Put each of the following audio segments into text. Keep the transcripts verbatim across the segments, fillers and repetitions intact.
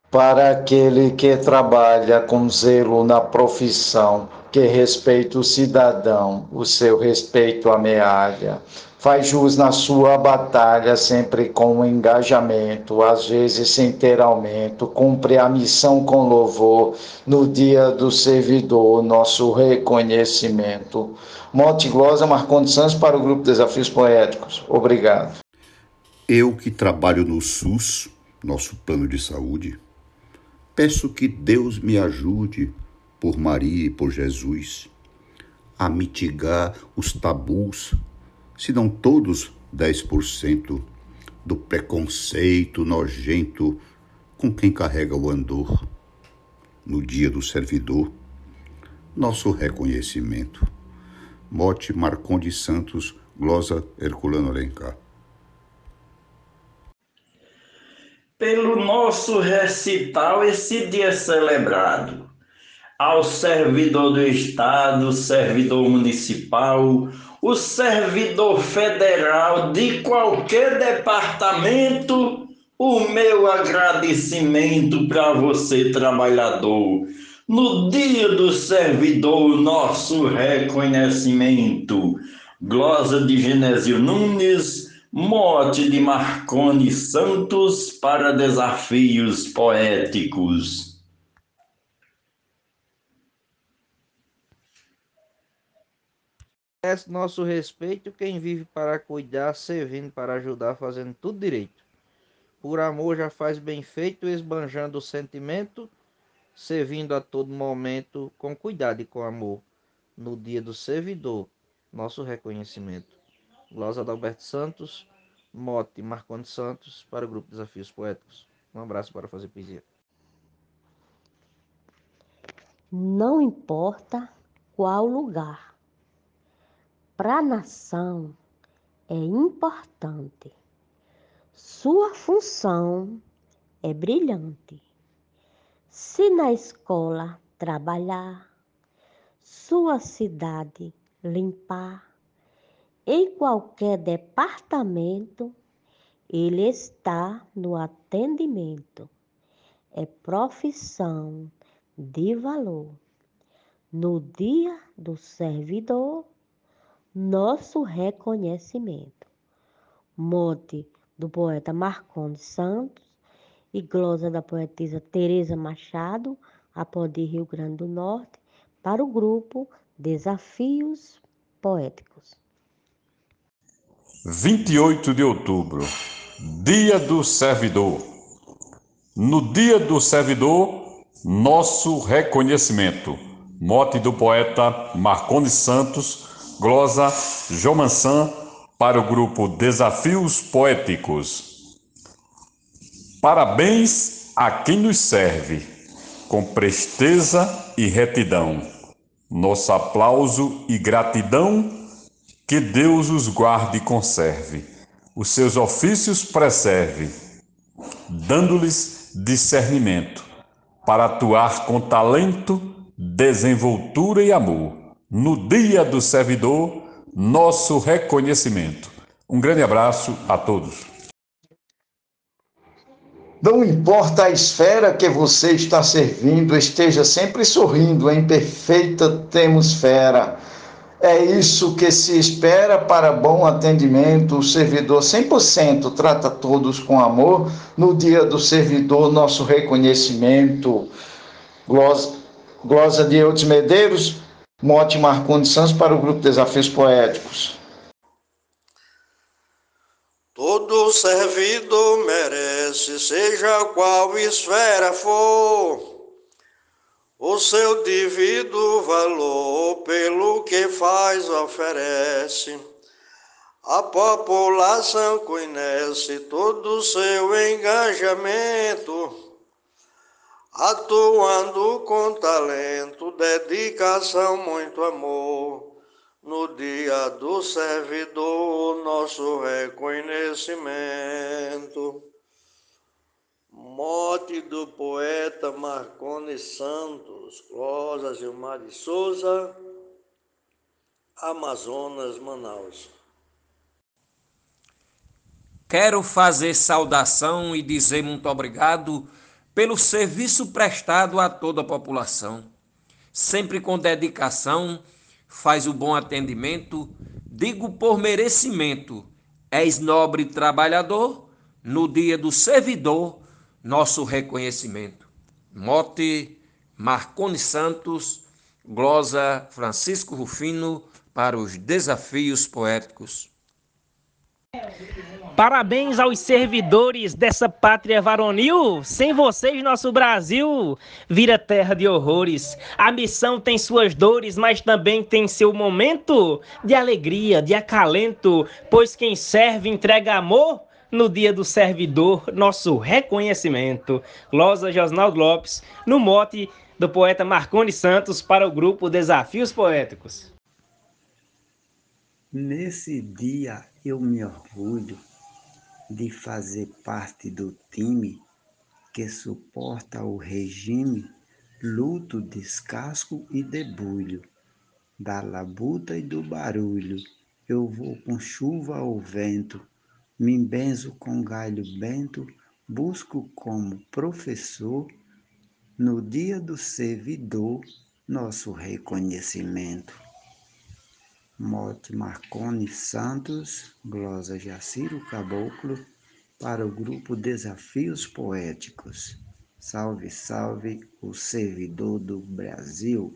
Para aquele que trabalha com zelo na profissão, que respeita o cidadão, o seu respeito amealha. Faz jus na sua batalha, sempre com engajamento, às vezes sem ter aumento, cumpre a missão com louvor, no dia do servidor, nosso reconhecimento. Monte Glosa Marcondes Santos para o Grupo Desafios Poéticos. Obrigado. Eu que trabalho no SUS, nosso plano de saúde, peço que Deus me ajude, por Maria e por Jesus, a mitigar os tabus, se não todos dez por cento, do preconceito nojento com quem carrega o andor. No dia do servidor, nosso reconhecimento. Mote Marcondes Santos, glosa Herculano Alencar. Pelo nosso recital, esse dia é celebrado. Ao servidor do Estado, servidor municipal, o servidor federal de qualquer departamento, o meu agradecimento para você, trabalhador. No dia do servidor, nosso reconhecimento. Glosa de Genésio Nunes, mote de Marcondes Santos para Desafios Poéticos. Merece nosso respeito quem vive para cuidar, servindo para ajudar, fazendo tudo direito. Por amor já faz bem feito, esbanjando o sentimento, servindo a todo momento, com cuidado e com amor. No dia do servidor, nosso reconhecimento. Glosa Adalberto Santos, mote Marcondes Santos para o Grupo Desafios Poéticos. Um abraço para fazer poesia. Não importa qual lugar, para a nação é importante. Sua função é brilhante. Se na escola trabalhar, sua cidade limpar, em qualquer departamento, ele está no atendimento. É profissão de valor. No dia do servidor, nosso reconhecimento. Mote do poeta Marcondes Santos e glosa da poetisa Tereza Machado, Apodi, Rio Grande do Norte, para o grupo Desafios Poéticos. vinte e oito de outubro, Dia do Servidor. No Dia do Servidor, nosso reconhecimento. Mote do poeta Marcondes Santos, glosa Jomansan, para o grupo Desafios Poéticos. Parabéns a quem nos serve, com presteza e retidão. Nosso aplauso e gratidão, que Deus os guarde e conserve. Os seus ofícios preserve, dando-lhes discernimento, para atuar com talento, desenvoltura e amor. No dia do servidor, nosso reconhecimento. Um grande abraço a todos. Não importa a esfera que você está servindo, esteja sempre sorrindo em perfeita temosfera. É isso que se espera para bom atendimento. O servidor cem por cento trata todos com amor. No dia do servidor, nosso reconhecimento. Glosa, glosa de Eudes Medeiros, mote Marcondes Santos para o Grupo Desafios Poéticos. Todo servidor merece, seja qual esfera for, o seu devido valor pelo que faz oferece. A população conhece todo o seu engajamento, atuando com talento, dedicação, muito amor. No dia do servidor, nosso reconhecimento. Mote do poeta Marcondes Santos, glosa Gilmar de Souza, Amazonas, Manaus. Quero fazer saudação e dizer muito obrigado pelo serviço prestado a toda a população. Sempre com dedicação, faz o bom atendimento, digo por merecimento, és nobre trabalhador, no dia do servidor, nosso reconhecimento. Mote Marconi Santos, glosa Francisco Rufino, para os desafios poéticos. Parabéns aos servidores dessa pátria varonil. Sem vocês, nosso Brasil vira terra de horrores. A missão tem suas dores, mas também tem seu momento de alegria, de acalento, pois quem serve entrega amor. No dia do servidor, nosso reconhecimento. Glosa Josnaldo Lopes, no mote do poeta Marconi Santos, para o grupo Desafios Poéticos. Nesse dia eu me orgulho de fazer parte do time que suporta o regime, luto, descasco e debulho. Da labuta e do barulho, eu vou com chuva ou vento, me embenzo com galho bento, busco como professor, no dia do servidor, nosso reconhecimento. Mote Marconi Santos, glosa Jaciro Caboclo, para o grupo Desafios Poéticos. Salve, salve, o servidor do Brasil.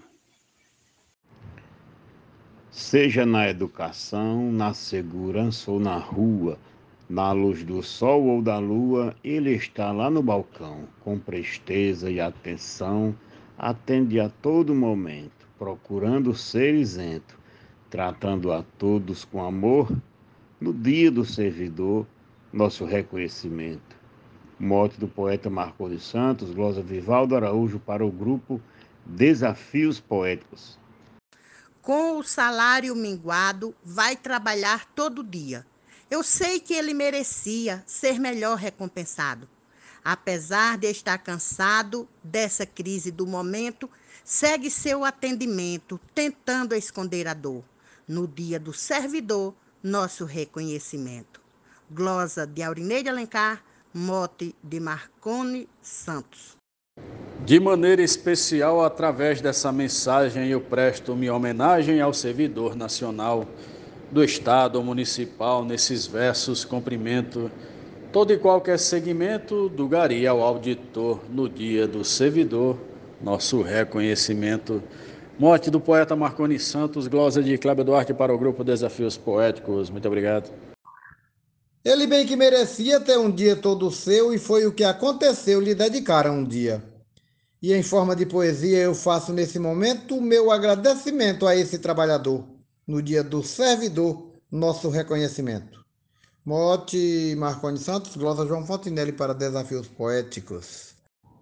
Seja na educação, na segurança ou na rua, na luz do sol ou da lua, ele está lá no balcão, com presteza e atenção, atende a todo momento, procurando ser isento, tratando a todos com amor, no dia do servidor, nosso reconhecimento. Mote do poeta Marconi Santos, glosa Vivaldo Araújo, para o grupo Desafios Poéticos. Com o salário minguado, vai trabalhar todo dia. Eu sei que ele merecia ser melhor recompensado. Apesar de estar cansado dessa crise do momento, segue seu atendimento, tentando esconder a dor. No dia do servidor, nosso reconhecimento. Glosa de Aurineide Alencar, mote de Marconi Santos. De maneira especial, através dessa mensagem, eu presto minha homenagem ao servidor nacional do Estado municipal. Nesses versos, cumprimento todo e qualquer segmento, do gari ao auditor, no dia do servidor, nosso reconhecimento. Mote do poeta Marconi Santos, glosa de Cláudio Duarte, para o grupo Desafios Poéticos. Muito obrigado. Ele bem que merecia ter um dia todo seu, e foi o que aconteceu, lhe dedicaram um dia. E em forma de poesia eu faço nesse momento o meu agradecimento a esse trabalhador, no dia do servidor, nosso reconhecimento. Mote Marconi Santos, glosa João Fontinelli, para Desafios Poéticos.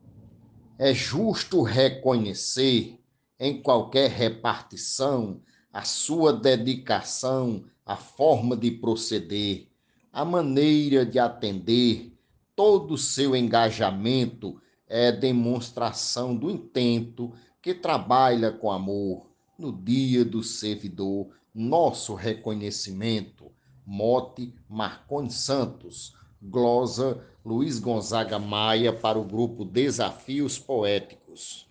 É justo reconhecer em qualquer repartição a sua dedicação, a forma de proceder, a maneira de atender. Todo o seu engajamento é demonstração do intento que trabalha com amor. No dia do servidor, nosso reconhecimento. Mote Marconi Santos, glosa Luiz Gonzaga Maia, para o grupo Desafios Poéticos.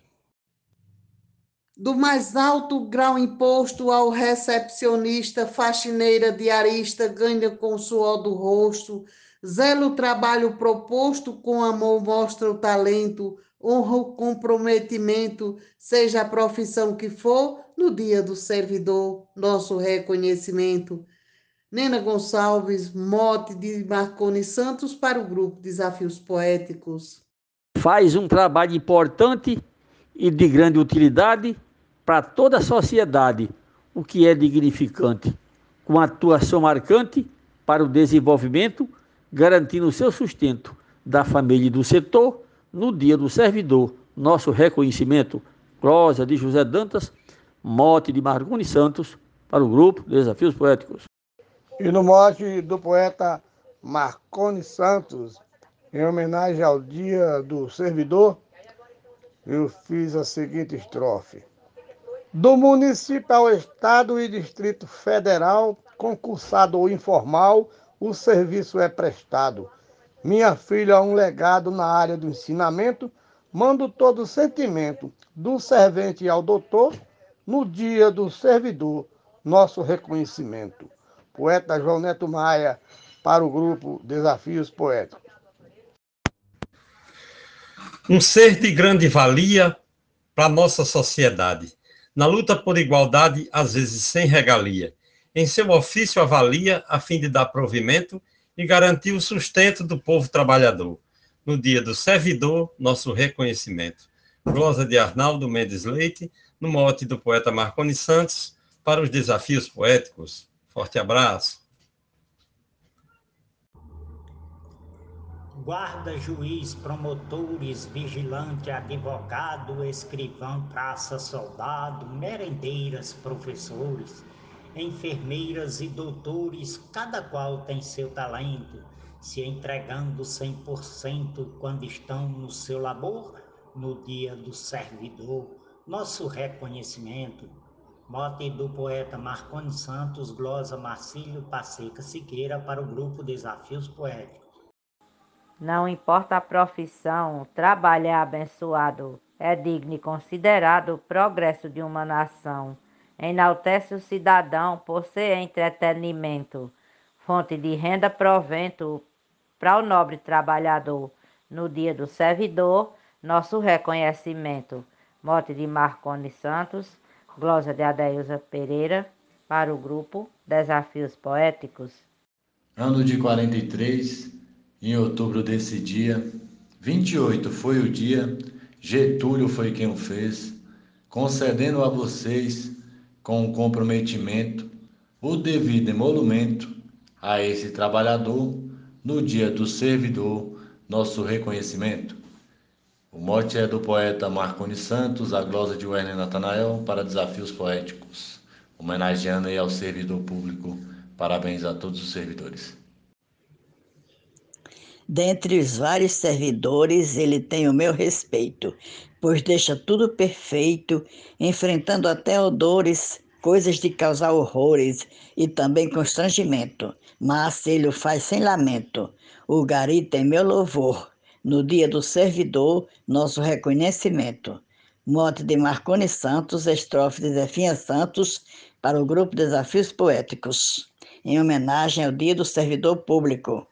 Do mais alto grau imposto ao recepcionista, faxineira, diarista, ganha com o suor do rosto, zela o trabalho proposto, com amor mostra o talento, honra o comprometimento, seja a profissão que for, no dia do servidor, nosso reconhecimento. Nena Gonçalves, mote de Marconi Santos, para o grupo Desafios Poéticos. Faz um trabalho importante e de grande utilidade para toda a sociedade, o que é dignificante, com atuação marcante para o desenvolvimento, garantindo o seu sustento da família e do setor, no dia do servidor, nosso reconhecimento. Glosa de José Dantas, mote de Marconi Santos, para o grupo Desafios Poéticos. E no mote do poeta Marconi Santos, em homenagem ao dia do servidor, eu fiz a seguinte estrofe. Do município ao Estado e Distrito Federal, concursado ou informal, o serviço é prestado. Minha filha, um legado na área do ensinamento, mando todo o sentimento do servente ao doutor, no dia do servidor, nosso reconhecimento. Poeta João Neto Maia, para o grupo Desafios Poéticos. Um ser de grande valia para a nossa sociedade, na luta por igualdade, às vezes sem regalia. Em seu ofício avalia, a fim de dar provimento e garantir o sustento do povo trabalhador. No dia do servidor, nosso reconhecimento. Glosa de Arnaldo Mendes Leite, no mote do poeta Marconi Santos, para os Desafios Poéticos. Forte abraço. Guarda, juiz, promotores, vigilante, advogado, escrivão, praça, soldado, merendeiras, professores, enfermeiras e doutores, cada qual tem seu talento, se entregando cem por cento quando estão no seu labor, no dia do servidor, nosso reconhecimento. Mote do poeta Marconi Santos, glosa Marcílio Passeca Siqueira, para o grupo Desafios Poéticos. Não importa a profissão, trabalho é abençoado, é digno e considerado o progresso de uma nação. Enaltece o cidadão por ser entretenimento, fonte de renda provento para o nobre trabalhador. No dia do servidor, nosso reconhecimento. Mote de Marconi Santos, glosa de Adeilza Pereira, para o grupo Desafios Poéticos. Ano de quarenta e três, em outubro desse dia, vinte e oito foi o dia, Getúlio foi quem o fez, concedendo a vocês, com um comprometimento, o devido emolumento a esse trabalhador, no dia do servidor, nosso reconhecimento. O mote é do poeta Marconi Santos, a glosa de Werner Natanael, para Desafios Poéticos, homenageando aí ao servidor público. Parabéns a todos os servidores. Dentre os vários servidores, ele tem o meu respeito, pois deixa tudo perfeito, enfrentando até odores, coisas de causar horrores e também constrangimento, mas ele o faz sem lamento. O gari tem meu louvor, no dia do servidor, nosso reconhecimento. Mote de Marconi Santos, estrofe de Zefinha Santos, para o grupo Desafios Poéticos, em homenagem ao dia do servidor público.